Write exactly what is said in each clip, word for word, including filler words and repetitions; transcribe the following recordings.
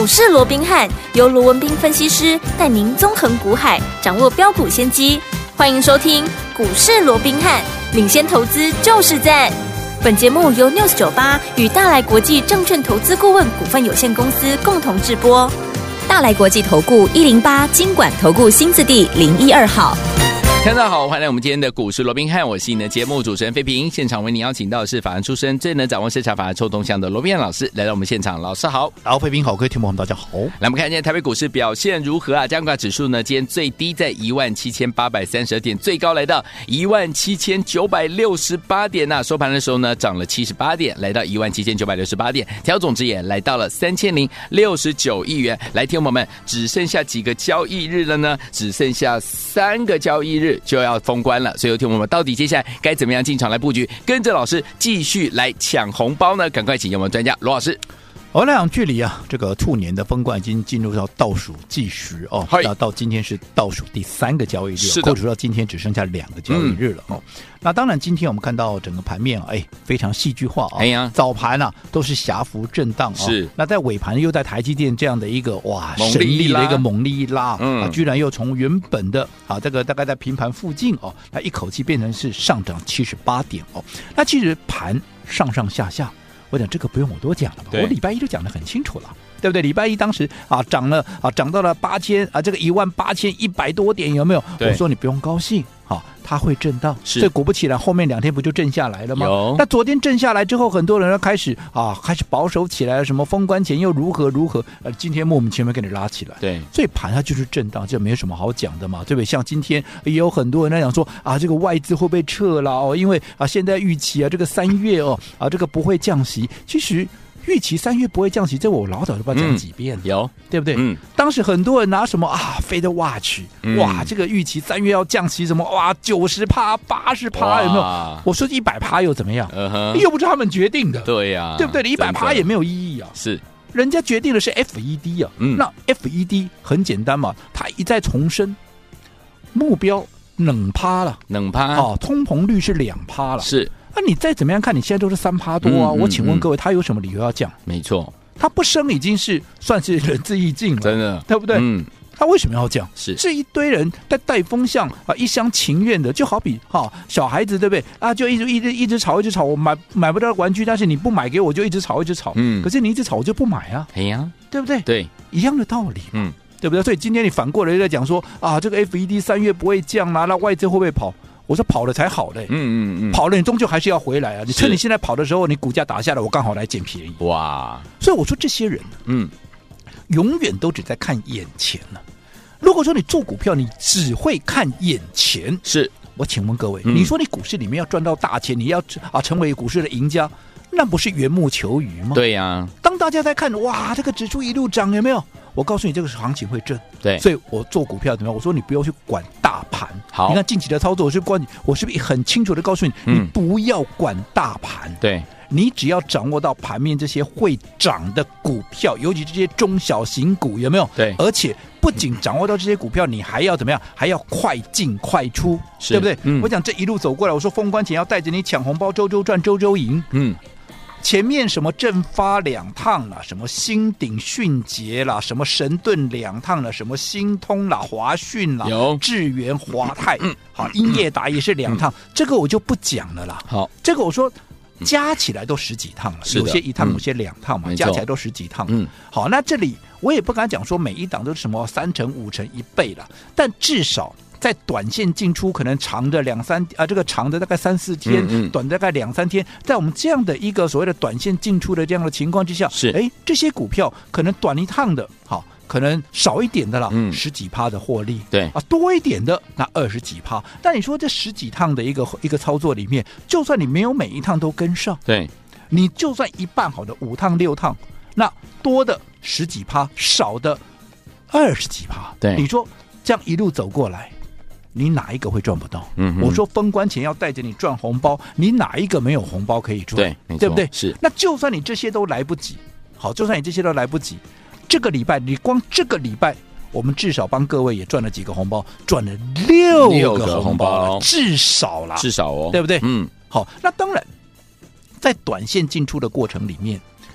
股市罗宾汉由罗文彬分析师带您纵横股海，掌握标股先机。欢迎收听股市罗宾汉，领先投资就是赞。本节目由 News 九十八与大来国际证券投资顾问股份有限公司共同制播。大来国际投顾一零八金管投顾新字第零一二号。 大家好，欢迎来我们今天的股市罗宾汉，我是你的节目主持人飞平。现场为你邀请到的是法案出身、最能掌握市场法案臭动向的罗宾汉老师来到我们现场。老师好。 好，飞平好，各位听众朋友们大家好。 来，我们看今天台北股市表现如何啊？加权指数呢，今天最低在一万七千八百三十二点，最高来到一万七千九百六十八点呐、啊。收盘的时候呢，涨了七十八点，来到一万七千九百六十八点，调总值也来到了三千零六十九亿元。来，听众朋友们，只剩下几个交易日了呢？只剩下三个交易日就要封关了，所以有听我们到底接下来该怎么样进场来布局，跟着老师继续来抢红包呢？赶快请我们专家罗老师。 我来讲，距离啊这个兔年的封关已经进入到倒数计时哦，那到今天是倒数第三个交易日，扣除到今天只剩下两个交易日了、嗯、哦。那当然，今天我们看到整个盘面啊，哎，非常戏剧化啊、哦。哎呀，早盘啊都是狭幅震荡哦，是。那在尾盘又在台积电这样的一个哇神力的一个猛力一拉，嗯、啊，居然又从原本的啊这个大概在平盘附近哦，那一口气变成是上涨七十八点哦。那其实盘上上下下。我讲这个不用我多讲了吧，我礼拜一就讲得很清楚了，对不对？礼拜一当时啊涨了啊涨到了八千啊这个一万八千一百多点有没有？我说你不用高兴啊，它会震荡，所以果不其然后面两天不就震下来了吗？那昨天震下来之后，很多人要开始啊开始保守起来了，什么封关前又如何如何，呃今天莫名其妙给你拉起来，对，所以盘它就是震荡，这没有什么好讲的嘛，对不对？像今天也有很多人在讲说啊这个外资会不会撤了哦，因为啊现在预期啊这个三月哦啊这个不会降息，其实。预期三月不会降息，这我老早就不知道讲几遍了、嗯、有对不对？嗯，当时很多人拿什么啊 Fed Watch、嗯、哇这个预期三月要降息什么哇九十趴八十趴有没有？我说一百趴又怎么样、uh-huh、又不是他们决定的，对呀、啊，对不对？一百趴也没有意义啊，是人家决定的是 F E D 啊、嗯、那 F E D 很简单嘛，它一再重申目标两趴了，两趴哦，通膨率是两趴了，是。那、啊、你再怎么样看，你现在都是三趴多啊、嗯嗯！我请问各位，他有什么理由要降？没错，他不升已经是算是仁至义尽了，真的，对不对？嗯，他为什么要降？是是一堆人在带风向啊，一厢情愿的，就好比哈、哦、小孩子对不对啊？就一直一直一直吵，一直吵，我买买不到玩具，但是你不买给我，就一直吵，一直吵。嗯，可是你一直吵，我就不买啊。哎呀，对不对？对，一样的道理。嗯，对不对？所以今天你反过来在讲说啊，这个 F E D 三月不会降啦、啊，那外资会不会跑？我说跑了才好嘞，嗯嗯嗯，跑了你终究还是要回来啊！你趁你现在跑的时候，你股价打下来，我刚好来捡便宜。哇！所以我说这些人，嗯，永远都只在看眼前呢、啊。如果说你做股票，你只会看眼前，是我请问各位，嗯、你说你股市里面要赚到大钱，你要啊成为股市的赢家，那不是缘木求鱼吗？对呀、啊。当大家在看哇，这个指数一路涨，有没有？我告诉你，这个行情会震，对，所以我做股票怎么样？我说你不要去管大盘，好，你看近期的操作，我是关，我是不是很清楚的告诉你，嗯、你不要管大盘，对，你只要掌握到盘面这些会涨的股票，尤其这些中小型股，有没有？对，而且不仅掌握到这些股票，你还要怎么样？还要快进快出，对不对？嗯、我讲这一路走过来，我说封关前要带着你抢红包，周周赚，周周赢，嗯。前面什么正发两趟啦，什么新鼎迅捷啦，什么神盾两趟啦，什么新通啦，华讯啦，有智源华泰，嗯、好，英业达也是两趟、嗯，这个我就不讲了啦。好，这个我说加起来都十几趟了，有些一趟，有些两趟嘛，嗯、加起来都十几趟。嗯，好，那这里我也不敢讲说每一档都是什么三成、五成、一倍了，但至少。在短线进出可能长的两三啊，这个长的大概三四天，嗯嗯短的大概两三天，在我们这样的一个所谓的短线进出的这样的情况之下，是哎这些股票可能短一趟的，好，可能少一点的啦，嗯、十几趴的获利，对啊，多一点的那二十几趴。但你说这十几趟的一个一个操作里面，就算你没有每一趟都跟上，对，你就算一半好的五趟六趟，那多的十几趴，少的二十几趴，对，你说这样一路走过来。你哪一个会赚不到？嗯，我说封关前要带着你赚红包，你哪一个没有红包可以赚？对，对不对？是。那就算你这些都来不及，好，就算你这些都来不及，这个礼拜你光这个礼拜，我们至少帮各位也赚了几个红包，赚了六个红包了，至少啦，至少哦，对不对？嗯，好，那当然，在短线进出的过程里面。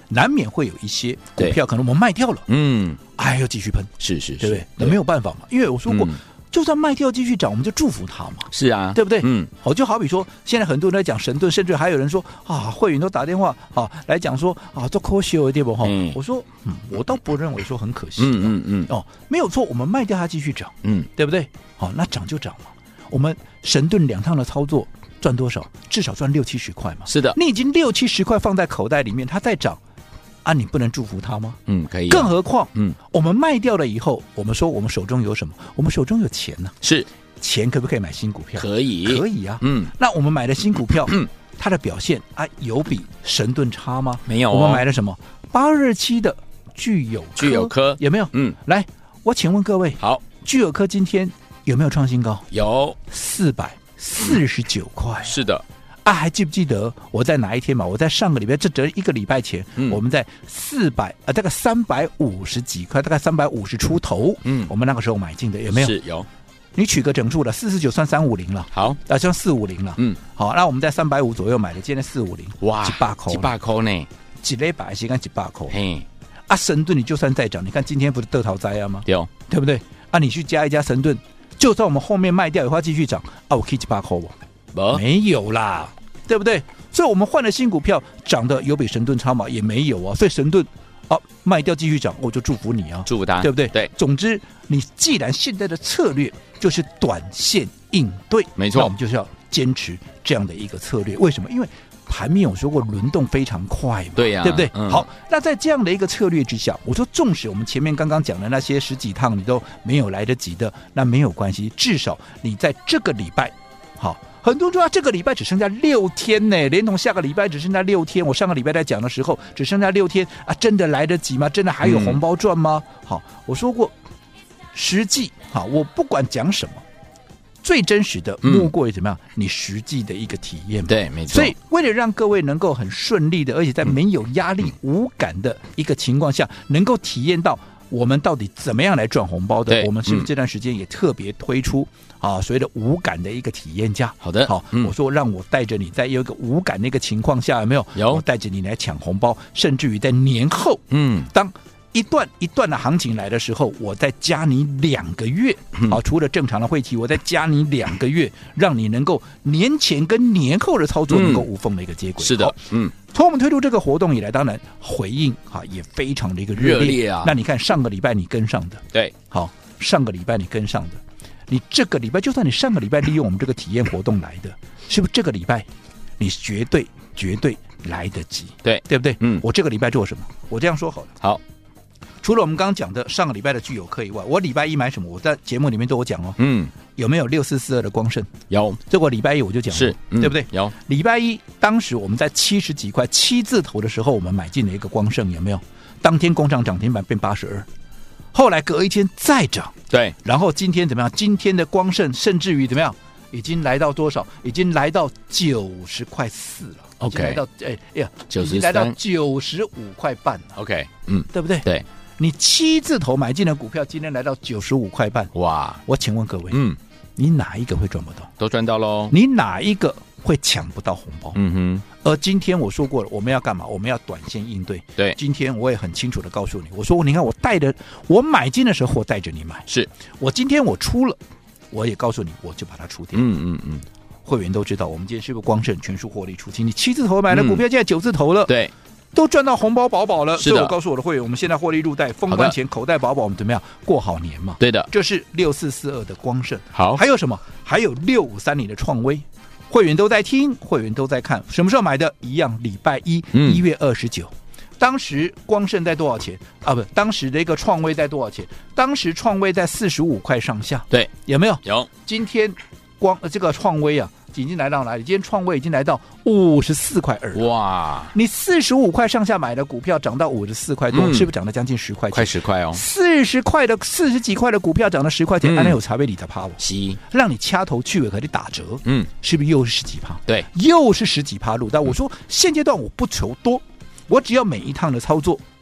难免会有一些股票可能我们卖掉了， 嗯， 哎，又继续喷， 是是是， 对不对？那没有办法嘛，因为我说过。嗯，就算卖掉继续涨，我们就祝福他嘛。 是啊， 对不对？ 嗯， 好，就好比说，现在很多人在讲神盾，甚至还有人说啊，会员都打电话啊来讲说啊，做可惜了对不哈？嗯，我说，嗯，我倒不认为说很可惜。嗯嗯嗯，哦，没有错，我们卖掉它继续涨，嗯，对不对？好，那涨就涨嘛。我们神盾两趟的操作赚多少？至少赚六七十块嘛。 是的， 你已经六七十块放在口袋里面，它再涨。啊，你不能祝福他吗？ 嗯，可以、啊。 更何况，嗯，我们卖掉了以后，我们说我们手中有什么？我们手中有钱呢、啊。 是， 钱可不可以买新股票？ 可以， 可以啊。 嗯， 那我们买的新股票，嗯，它的表现啊，有比神盾差吗？ 没有、哦。 我们买了什么？八二七的聚友聚友科有没有？嗯，来，我请问各位， 好， 聚友科今天有没有创新高？ 有， 四百四十九块。 是的。 啊，还记不记得我在哪一天嘛？我在上个礼拜，这整一个礼拜前，嗯、我们在四百啊，大概三百五十几块，大概三百五十出头，嗯，我们那个时候买进的有没有？ 是有。 你取个整数了，四十九算三五零了， 好， 啊，算四五零了，嗯，好，那我们在三百五左右买的，今天四五零， 哇， 几百块， 几百块呢？ 几礼拜时间几百块， 嘿， 啊，神盾你就算再涨，你看今天不是得逃灾啊吗？ 对， 对不对？啊，你去加一加神盾，就算我们后面卖掉的话，继续涨，啊，我可以几百块不？没有啦。对不对？所以我们换了新股票，涨的有比神盾差吗？也没有啊。所以神盾啊卖掉继续涨，我就祝福你啊， 祝福他， 对不对？ 对。 总之，你既然现在的策略就是短线应对， 没错， 那我们就是要坚持这样的一个策略。为什么？因为盘面有说过轮动非常快嘛， 对呀、啊， 对不对、 嗯？ 好，那在这样的一个策略之下，我说纵使我们前面刚刚讲的那些十几趟你都没有来得及的，那没有关系，至少你在这个礼拜，好。很多人说、啊、这个礼拜只剩下六天呢，连同下个礼拜只剩下六天。我上个礼拜在讲的时候，只剩下六天啊，真的来得及吗？真的还有红包赚吗？嗯、好，我说过，实际好，我不管讲什么，最真实的莫过于怎么样、嗯？你实际的一个体验嘛。 对，没错。 所以为了让各位能够很顺利的，而且在没有压力、嗯、无感的一个情况下，能够体验到我们到底怎么样来赚红包的，我们是不是这段时间也特别推出？啊，所谓的无感的一个体验价。 好的， 好，嗯、我说让我带着你在有一个无感的一个情况下，有没有？ 有， 我带着你来抢红包，甚至于在年后， 嗯， 当一段一段的行情来的时候，我再加你两个月，嗯、啊，除了正常的会期，我再加你两个月，让你能够年前跟年后的操作能够无缝的一个接轨。 嗯、是的，嗯。 从我们推出这个活动以来，当然回应啊也非常的一个热烈, 热烈啊。那你看上个礼拜你跟上的， 对， 好，上个礼拜你跟上的。你这个礼拜，就算你上个礼拜利用我们这个体验活动来的，是不是这个礼拜你绝对绝对来得及？ 对， 对不对？ 嗯， 我这个礼拜做什么？我这样说好了。 好， 除了我们刚刚讲的上个礼拜的聚友课以外，我礼拜一买什么？我在节目里面都有讲哦。 嗯， 有没有六四四二的光盛？ 有， 这个礼拜一我就讲了， 是、嗯， 对不对？ 有。 礼拜一当时我们在七十几块七字头的时候，我们买进了一个光盛，有没有？当天攻上涨停板变八十二。后来隔一天再涨， 对， 然后今天怎么样？今天的光盛甚至于怎么样？已经来到多少？已经来到九十块四了。 OK， 来到哎呀， 九十已经来到九十五块半了。 OK， 嗯， 对不对？ 对， 你七字头买进的股票，今天来到九十五块半， 哇！ 我请问各位， 嗯， 你哪一个会赚不到？ 都赚到喽。 你哪一个会抢不到红包？ 嗯哼。 而今天我说过了，我们要干嘛？我们要短线应对。 对， 今天我也很清楚的告诉你，我说你看我带着我买进的时候，我带着你买， 是我今天我出了，我也告诉你，我就把它出掉。 嗯嗯嗯， 会员都知道，我们今天是不是光盛全数获利出清？你七字头买的股票，现在九字头了， 对， 都赚到红包饱饱了。 是的， 所以我告诉我的会员，我们现在获利入袋，封关前口袋饱饱，我们怎么样过好年嘛？ 对的， 这是六四四二的光盛。 好， 还有什么？还有六五三零的创威。会员都在听，会员都在看，什么时候买的？一样，礼拜一，一月二十九。当时光盛在多少钱啊？不，当时的一个创威在多少钱？当时创威在四十五块上下。 对， 有没有？ 有。今天光、呃、这个创威啊，已经来到哪里？今天创威已经来到五十四块二。 哇！ 你四十五块上下买的股票涨到五十四块多、嗯，是不是涨了将近十块钱？ 快十块哦！ 四十块的四十几块的股票涨了十块钱，安、嗯、那有茶杯里的趴哦， 是让你掐头去尾，和你打折， 嗯， 是不是又是十几趴？ 对， 又是十几趴路。但我说现阶段我不求多，我只要每一趟的操作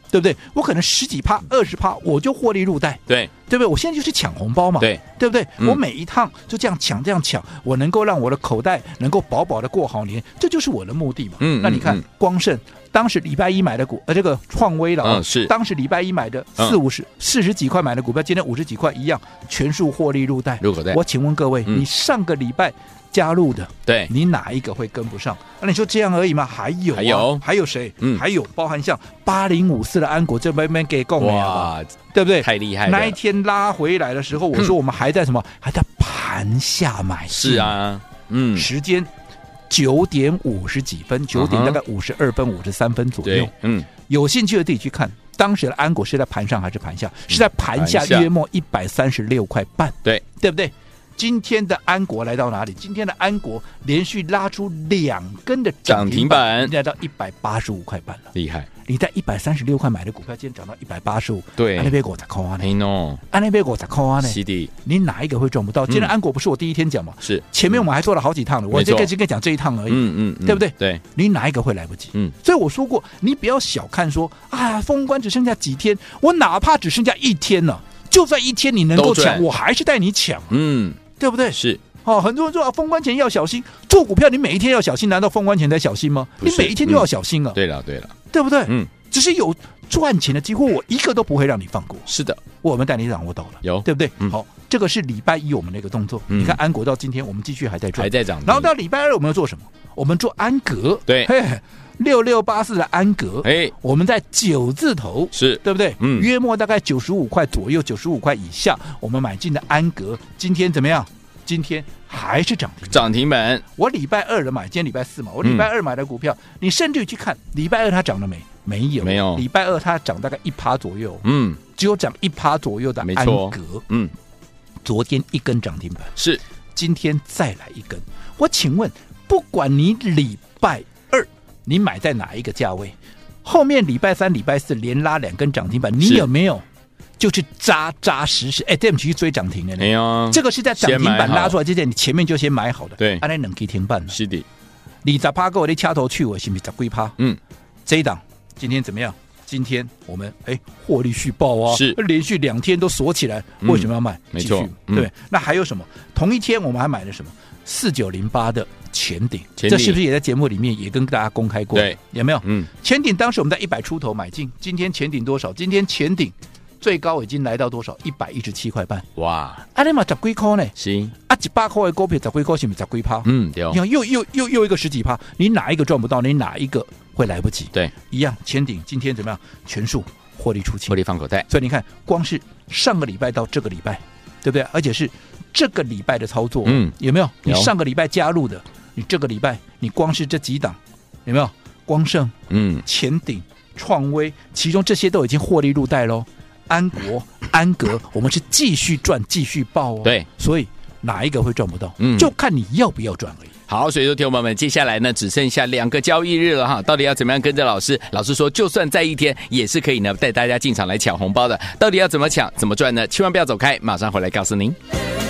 对不对？我可能十几趴、二十趴，我就获利入袋， 对对不对？我现在就是抢红包嘛， 对对不对？ 嗯、 我每一趟就这样抢，这样抢，我能够让我的口袋能够饱饱的过好年，这就是我的目的嘛。 嗯， 那你看、嗯、光盛。当时礼拜一买的股，呃，这个创威了、哦嗯、是当时礼拜一买的四五十、四十几块买的股票，今天五十几块一样，全数获利入袋。 入口袋。 我请问各位，嗯、你上个礼拜加入的， 对， 你哪一个会跟不上？那、啊、你说这样而已吗？还有、啊， 还有， 还有谁？ 嗯， 还有包含像八零五四的安国，这边边给供哇，对不对？ 太厉害了！ 那一天拉回来的时候，我说我们还在什么？嗯、还在盘下买进。 是啊，嗯， 时间。九点五十几分，九点大概五十二分、五十三分左右。 嗯， 有兴趣的自己去看，当时的安国是在盘上还是盘下？嗯、是在盘下约莫一百三十六块半。 对， 对不对？今天的安国来到哪里？今天的安国连续拉出两根的涨停板，来到一百八十五块半了， 厉害！ 你在一百三十六块买的股票，今天涨到一百八十五， 对， 安那边我才扣啊呢， 哎喏， 安那边我才扣啊呢， 是的， 你哪一个会赚不到？今天安国不是我第一天讲嘛， 是前面我们还做了好几趟了，我这个今天讲这一趟而已， 嗯嗯，嗯对不对？ 对， 你哪一个会来不及？ 嗯， 所以我说过，你不要小看说啊，封关只剩下几天，我哪怕只剩下一天了，就算一天你能够抢，我还是带你抢， 嗯， 对不对？ 是。 哦，很多人说啊，封关前要小心做股票，你每一天要小心，难道封关前才小心吗？你每一天就要小心啊！ 嗯、对了，对了， 对不对？ 嗯， 只是有赚钱的机会，我一个都不会让你放过。 是的， 我们带你掌握到了， 有对不对？ 嗯、 好，这个是礼拜一我们的一个动作。嗯、你看安国到今天，我们继续还在赚， 还在涨。 然后到礼拜二我们要做什么？我们做安格， 对， 六六八四的安格， 哎， 我们在九字头， 是对不对？ 嗯， 约莫大概九十五块左右，九十五块以下，我们买进的安格，今天怎么样？今天还是涨停涨停板。 我礼拜二的买，今天礼拜四嘛，我礼拜二买的股票，嗯、你甚至去看礼拜二它涨了没？没有， 没有。 礼拜二它涨大概一趴左右， 嗯， 只有涨一趴左右的安格， 嗯， 昨天一根涨停板， 是， 今天再来一根。我请问，不管你礼拜二你买在哪一个价位，后面礼拜三、礼拜四连拉两根涨停板，你有没有？就是扎扎实实，哎，对不起，去追涨停的呢。 哎呀， 这个是在涨停板拉出来之前，你前面就先买好的。 对， 按那两 K 停板了。 是的， 你十趴够，你掐头去尾，是不是十几趴？ 嗯， 这一档今天怎么样？今天我们哎获利续报啊， 是连续两天都锁起来，为什么要卖？ 嗯、没错， 嗯、对。那还有什么？同一天我们还买了什么？四九零八的前鼎， 这是不是也在节目里面也跟大家公开过？ 对， 有没有？ 嗯， 前鼎当时我们在一百出头买进，今天前鼎多少？今天前鼎最高已经来到多少？一百一十七块半。 哇！ 啊，你嘛十几块呢？ 行啊，一百块的股票十几块是不是十几趴？ 嗯，对。 你看又又又又一个十几趴，你哪一个赚不到？你哪一个会来不及？ 对， 一样。前鼎今天怎么样？全数获利出清， 获利放口袋。 所以你看，光是上个礼拜到这个礼拜，对不对？而且是这个礼拜的操作， 嗯， 有没有？ 有。 你上个礼拜加入的，你这个礼拜你光是这几档有没有？光盛、 嗯， 前鼎、创威，其中这些都已经获利入袋喽。安国、安格，我们是继续赚、继续报哦。 对， 所以哪一个会赚不到？ 嗯， 就看你要不要赚而已。 好，所以说听众朋友们，接下来呢只剩下两个交易日了哈，到底要怎么样跟着老师？老师说，就算在一天也是可以呢带大家进场来抢红包的。到底要怎么抢、怎么赚呢？千万不要走开，马上回来告诉您。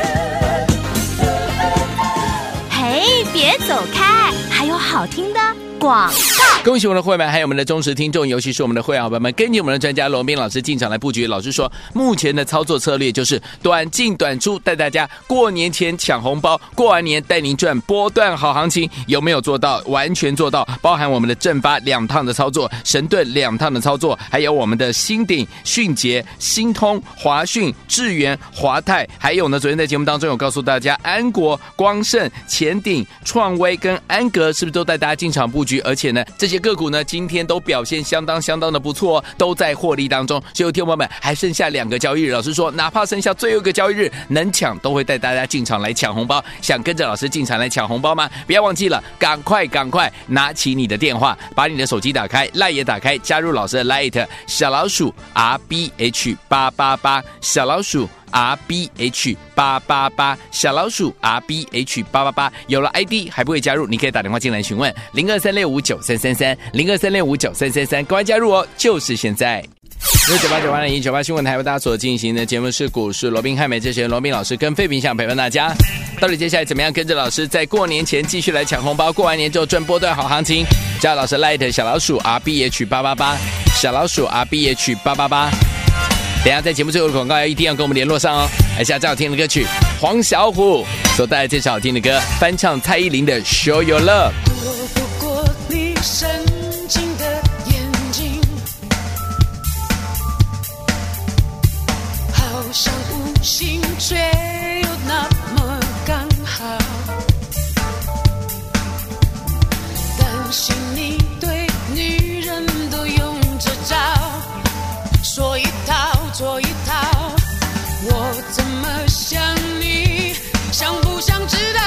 嘿，别走开，还有好听的广告。 恭喜我们的会员还有我们的忠实听众，尤其是我们的会员伙伴们，跟紧我们的专家罗斌老师进场来布局。老师说，目前的操作策略就是短进短出，带大家过年前抢红包，过完年带您赚波段好行情。有没有做到？完全做到，包含我们的正发两趟的操作，神盾两趟的操作，还有我们的新鼎、迅捷、新通、华讯、智源、华泰，还有呢，昨天在节目当中有告诉大家，安国、光盛、前鼎、创威跟安格是不是都带大家进场布局？而且呢，这些个股呢，今天都表现相当相当的不错哦，都在获利当中。所以，听众朋友们，还剩下两个交易日，老师说，哪怕剩下最后一个交易日，能抢都会带大家进场来抢红包。想跟着老师进场来抢红包吗？不要忘记了，赶快赶快拿起你的电话，把你的手机打开 ，LINE 也打开，加入老师的 LINE 小老鼠 R B H 八八八 小老鼠。R B H 八八八 小老鼠 R B H 八八八，有了 I D 还不会加入，你可以打电话进来询问零二三六五九三三三零二三六五九三三三，赶快加入哦，就是现在。 六九八九八零一九八新闻台为大家所进行的节目是股市罗宾汉，美这些罗宾老师跟费平想陪伴大家。到底接下来怎么样跟着老师在过年前继续来抢红包，过完年之后赚波段好行情？加老师 Light 小老鼠 R B H 八八八，小老鼠 R B H 八八八。等一下在节目最后的广告要一定要跟我们联络上哦。来下最好听的歌曲，黄小琥所带来这首好听的歌，翻唱蔡依林的 Show Your Love。 躲不过你深情的眼睛，好像无心却又那么刚好，担心你对女人都用这招，说一套做一套，我怎么想你，想不想知道？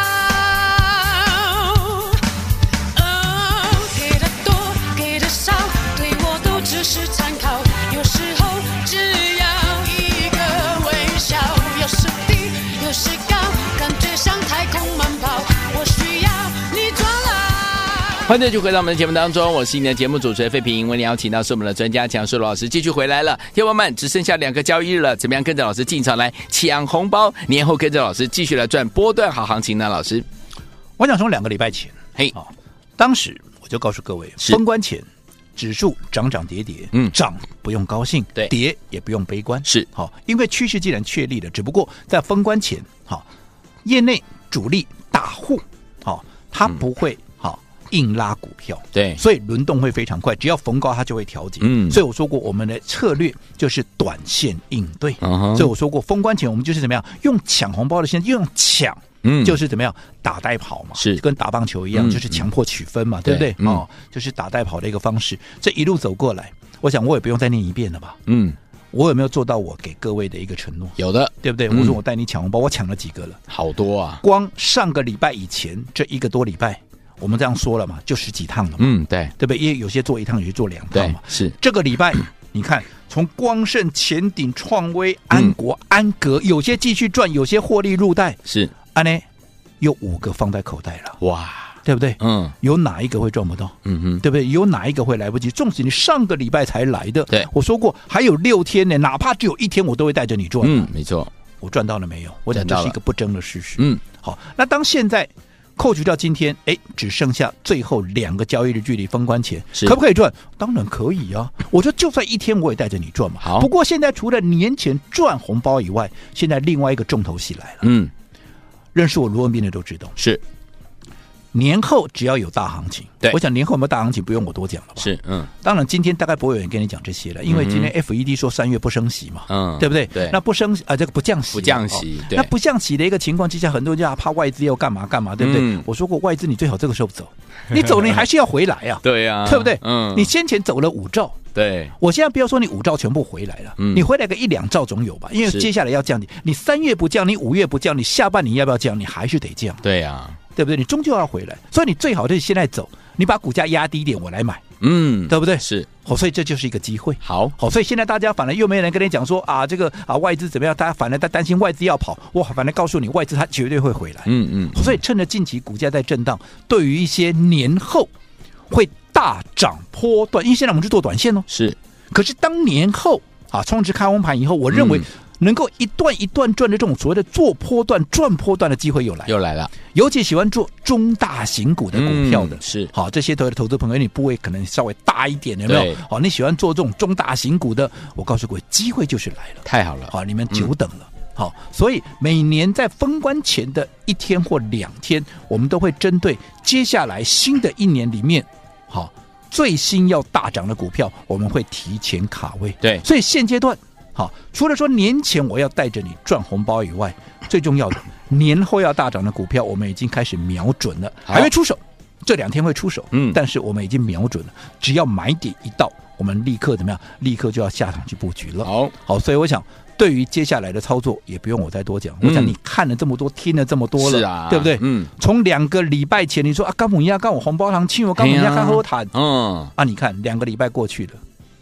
哦，给的多，给的少，对我都只是参考。有时候只要一个微笑，有时低，有时高，感觉像太空慢跑。我需要你抓牢。 欢迎继续回到我们的节目当中，我是你的节目主持人费平。为你邀请到是我们的专家强势罗老师继续回来了。听众们，只剩下两个交易日了，怎么样跟着老师进场来抢红包？年后跟着老师继续来赚波段好行情呢？老师， 我想从两个礼拜前， 嘿， 哦，当时我就告诉各位，封关前指数涨涨跌跌，嗯，涨不用高兴， 对， 跌也不用悲观， 是好，因为趋势既然确立了，只不过在封关前，好，业内主力大户，好，他不会。嗯硬拉股票， 对， 所以轮动会非常快，只要逢高它就会调节。嗯，所以我说过，我们的策略就是短线应对。Uh-huh. 所以我说过，封关前我们就是怎么样，用抢红包的心，用抢，嗯，就是怎么样打带跑嘛，是跟打棒球一样，嗯、就是强迫取分嘛，嗯、对不对？嗯、哦，就是打带跑的一个方式。这一路走过来，我想我也不用再念一遍了吧？嗯。我有没有做到我给各位的一个承诺？ 有的， 对不对？嗯、我说我带你抢红包，我抢了几个了？ 好多啊！ 光上个礼拜以前这一个多礼拜。我们这样说了嘛，就十几趟了嘛， 嗯，对， 对不对？因为有些做一趟，有些做两趟嘛。 是这个礼拜，你看，从光盛、前鼎、创威、安国、嗯、安格，有些继续赚，有些获利入袋， 是， 安呢，有五个放在口袋了， 哇， 对不对？ 嗯， 有哪一个会赚不到？嗯哼，对不对？有哪一个会来不及？纵使你上个礼拜才来的， 对， 我说过还有六天呢，哪怕只有一天，我都会带着你赚。 嗯，没错， 我赚到了没有？我讲这是一个不争的事实。嗯，好，那当现在。扣除掉今天，哎，只剩下最后两个交易日距离封关前，可不可以赚？当然可以啊！我说就算一天我也带着你赚嘛。好，不过现在除了年前赚红包以外，现在另外一个重头戏来了。嗯，认识我罗文彬的都知道， 是年后只要有大行情， 对， 我想年后有没有大行情不用我多讲了吧？ 是，嗯，当然今天大概不会有人跟你讲这些了，因为今天 F E D 说三月不升息嘛，嗯，对不对？ 对， 那不升啊，这个不降息， 不降息， 哦、那不降息的一个情况之下，很多人就怕外资要干嘛干嘛，对不对？嗯、我说过外资你最好这个时候走，你走了你还是要回来啊， 对呀、啊， 对不对？ 嗯， 你先前走了五兆。 对， 我现在不要说你五兆全部回来了，嗯、你回来个一两兆总有吧？因为接下来要降，你三月不降，你五月不降，你下半年要不要降？你还是得降。 对呀、啊， 对不对？你终究要回来，所以你最好就是现在走，你把股价压低一点，我来买， 嗯， 对不对？ 是， 好，所以这就是一个机会。 好， 好，所以现在大家反而又没人跟你讲说啊，这个啊外资怎么样？大家反而在担心外资要跑，我反而告诉你，外资它绝对会回来。嗯嗯，所以趁着近期股价在震荡，对于一些年后会大涨波段，因为现在我们是做短线哦， 是。 可是当年后啊，冲至开红盘以后，我认为能够一段一段赚的这种所谓的做波段、赚波段的机会又来又来了。 尤其喜欢做中大型股的股票的， 嗯、是好这些投投资朋友，你部位可能稍微大一点，有没有？好，你喜欢做这种中大型股的，我告诉各位，机会就是来了， 太好了， 好，你们久等了。嗯好，所以每年在封关前的一天或两天，我们都会针对接下来新的一年里面，好。最新要大涨的股票，我们会提前卡位。 对， 所以现阶段，好，除了说年前我要带着你赚红包以外，最重要的年后要大涨的股票，我们已经开始瞄准了，还会出手，这两天会出手。嗯，但是我们已经瞄准了，只要买点一到，我们立刻怎么样？立刻就要下场去布局了。 好， 好，所以我想。对于接下来的操作，也不用我再多讲。嗯、我想你看了这么多，听了这么多了， 是啊， 对不对？ 嗯， 从两个礼拜前，你说啊，干母鸭干我红包糖，亲我干母鸭干喝谈，嗯，啊，你看两个礼拜过去了，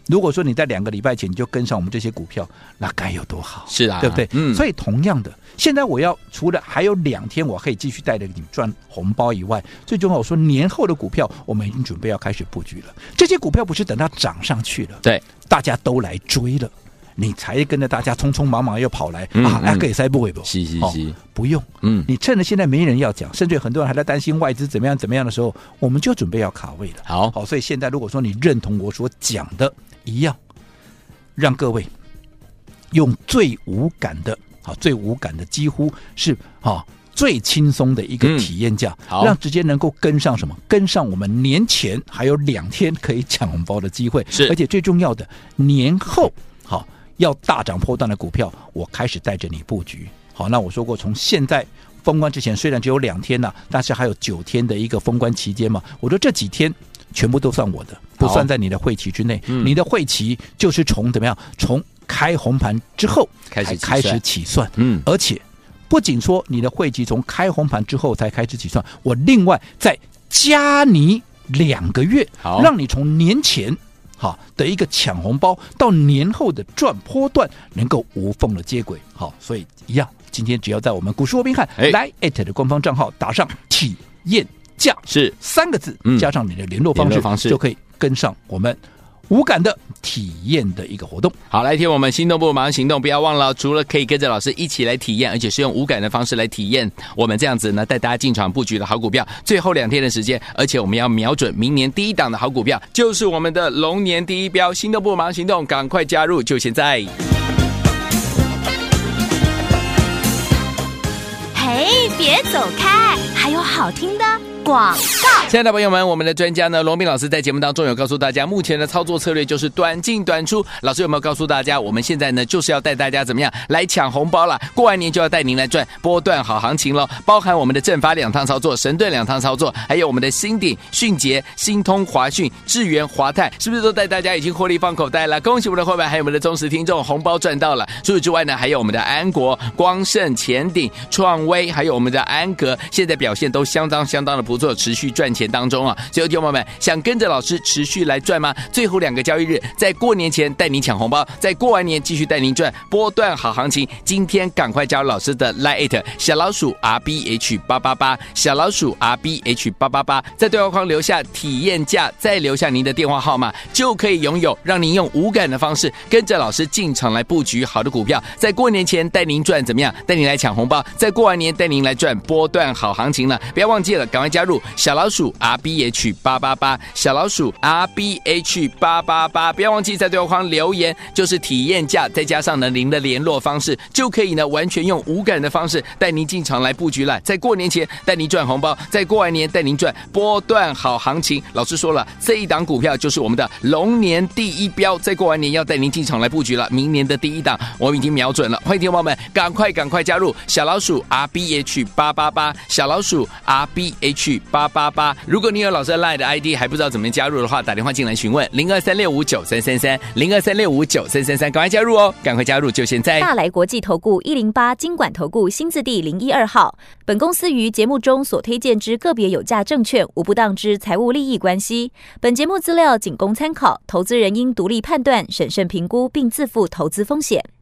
如果说你在两个礼拜前你就跟上我们这些股票，那该有多好？ 是啊， 对不对？ 嗯， 所以同样的，现在我要除了还有两天我可以继续带着你赚红包以外，最重要我说年后的股票我们已经准备要开始布局了。这些股票不是等它涨上去了， 对， 大家都来追了，你才跟着大家匆匆忙忙又跑来、嗯、啊，那给塞不会不？ 是是是、哦， 不用，嗯，你趁着现在没人要讲，甚至很多人还在担心外资怎么样怎么样的时候，我们就准备要卡位了。 好， 好，所以现在如果说你认同我所讲的一样，让各位用最无感的，好，最无感的几乎是好。最轻松的一个体验价、嗯，让直接能够跟上什么？跟上我们年前还有两天可以抢红包的机会， 是， 而且最重要的，年后好要大涨波段的股票，我开始带着你布局。好，那我说过，从现在封关之前，虽然只有两天了、啊，但是还有九天的一个封关期间嘛，我说这几天全部都算我的，不算在你的会期之内。嗯、你的会期就是从怎么样？从开红盘之后开始开始起算， 嗯， 而且。不仅说你的会期从开红盘之后才开始起算，我另外再加你两个月，让你从年前好的一个抢红包到年后的赚波段能够无缝的接轨。好，所以一样，今天只要在我们股市罗宾汉来 at 的官方账号打上体验价是三个字，加上你的联络方式，方式就可以跟上我们无感的体验的一个活动。 好，来听我们心动不马上行动，不要忘了，除了可以跟着老师一起来体验，而且是用无感的方式来体验我们这样子呢带大家进场布局的好股票，最后两天的时间，而且我们要瞄准明年第一档的好股票，就是我们的龙年第一标。心动不马上行动，赶快加入，就现在。 嘿，别走开，还有好听的广告。 亲爱的朋友们，我们的专家呢，罗宾老师在节目当中有告诉大家，目前的操作策略就是短进短出。老师有没有告诉大家，我们现在呢就是要带大家怎么样来抢红包了？过完年就要带您来赚波段好行情了，包含我们的正发两趟操作，神盾两趟操作，还有我们的新鼎、迅捷、新通、华讯、智源、华泰，是不是都带大家已经获利放口袋了？恭喜我们的伙伴，还有我们的忠实听众，红包赚到了。除此之外呢，还有我们的安国、光盛、前鼎、创威，还有我们的安格，现在表现都相当相当的不错，持续赚钱当中啊。所以听众朋友们，想跟着老师持续来赚吗？最后两个交易日，在过年前带您抢红包，在过完年继续带您赚波段好行情。今天赶快加入老师的 Line 小老鼠 R B H 八八八， 小老鼠 R B H 八八八， 在对话框留下体验价，再留下您的电话号码，就可以拥有让您用无感的方式跟着老师进场来布局好的股票，在过年前带您赚怎么样？带您来抢红包，在过完年带您来赚波段好行情了。不要忘记了，赶快加入小老鼠 R B H 八八八， 小老鼠 R B H 八八八， 不要忘记在对话框留言，就是体验价，再加上呢您的联络方式，就可以呢完全用无感的方式带您进场来布局了。在过年前带您赚红包，在过完年带您赚波段好行情。老师说了，这一档股票就是我们的龙年第一标，在过完年要带您进场来布局了。明年的第一档我们已经瞄准了，欢迎听众朋友们赶快赶快加入小老鼠 R B H 八八八， 小老鼠 R B H 八八八。如果你有老师的 Line 的 I D 还不知道怎么加入的话，打电话进来询问零二三六五九三三三， 零二三六五九三三三，赶快加入哦，赶快加入，就现在。 大来国际投顾一零八金管投顾新字第零一二号。本公司于节目中所推荐之个别有价证券无不当之财务利益关系。本节目资料仅供参考，投资人应独立判断、审慎评估并自负投资风险。